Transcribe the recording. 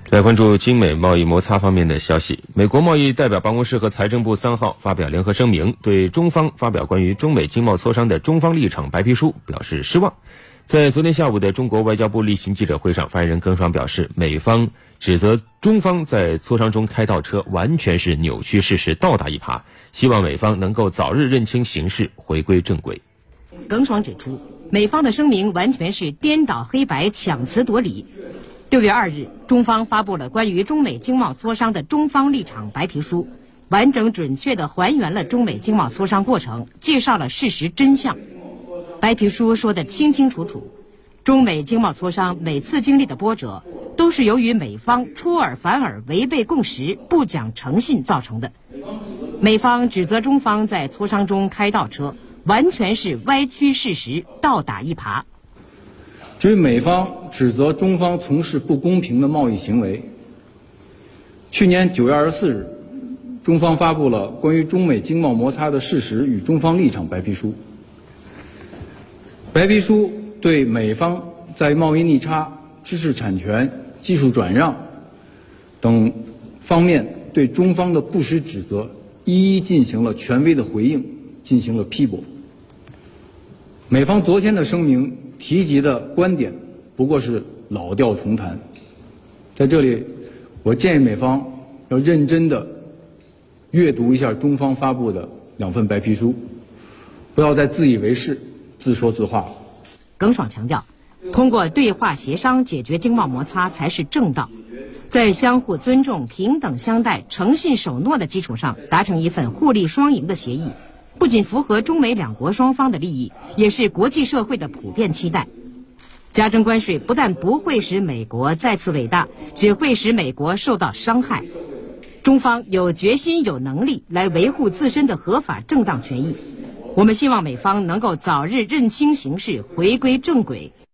来关注中美贸易摩擦方面的消息。美国贸易代表办公室和财政部3号发表联合声明，对中方发表关于中美经贸磋商的中方立场白皮书表示失望。在昨天下午的中国外交部例行记者会上，发言人耿爽表示，美方指责中方在磋商中开倒车，完全是扭曲事实，倒打一耙，希望美方能够早日认清形势，回归正轨。 耿爽指出，美方的声明完全是颠倒黑白、强词夺理。6月2日，中方发布了关于中美经贸磋商的中方立场白皮书，完整准确地还原了中美经贸磋商过程，介绍了事实真相。白皮书说得清清楚楚，中美经贸磋商每次经历的波折，都是由于美方出尔反尔、违背共识、不讲诚信造成的。美方指责中方在磋商中开倒车，完全是歪曲事实，倒打一耙。 至于美方指责中方从事不公平的贸易行为，去年9月24日，中方发布了关于中美经贸摩擦的事实与中方立场白皮书。白皮书对美方在贸易逆差、知识产权、技术转让等方面对中方的不实指责一一进行了权威的回应，进行了批驳。美方昨天的声明提及的观点不过是老调重弹，在这里我建议美方要认真地阅读一下中方发布的2份白皮书，不要再自以为是、自说自话。 耿爽强调，通过对话协商解决经贸摩擦才是正道，在相互尊重、平等相待、诚信守诺的基础上达成一份互利双赢的协议，不仅符合中美两国双方的利益，也是国际社会的普遍期待。加征关税不但不会使美国再次伟大，只会使美国受到伤害。中方有决心、有能力来维护自身的合法正当权益。我们希望美方能够早日认清形势，回归正轨。